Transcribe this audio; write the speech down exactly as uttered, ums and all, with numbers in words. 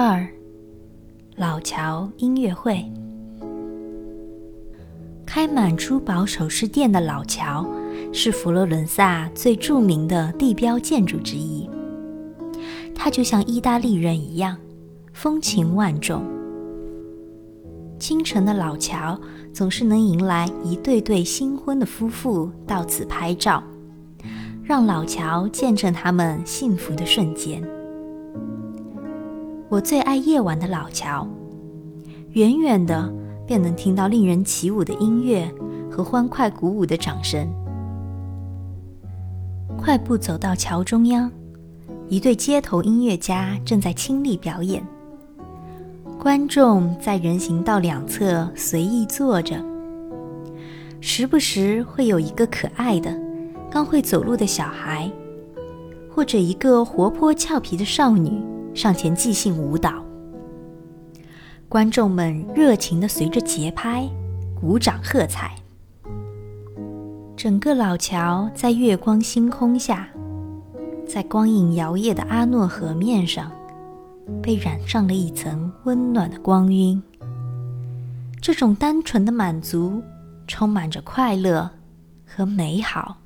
二，老桥音乐会。开满珠宝首饰店的老桥是佛罗伦萨最著名的地标建筑之一，它就像意大利人一样风情万种。清晨的老桥总是能迎来一对对新婚的夫妇到此拍照，让老桥见证他们幸福的瞬间。我最爱夜晚的老桥，远远的便能听到令人起舞的音乐和欢快鼓舞的掌声。快步走到桥中央，一对街头音乐家正在倾力表演，观众在人行道两侧随意坐着，时不时会有一个可爱的刚会走路的小孩，或者一个活泼俏皮的少女上前即兴舞蹈。观众们热情地随着节拍鼓掌喝彩。整个老桥在月光星空下，在光影摇曳的阿诺河面上，被染上了一层温暖的光晕。这种单纯的满足充满着快乐和美好。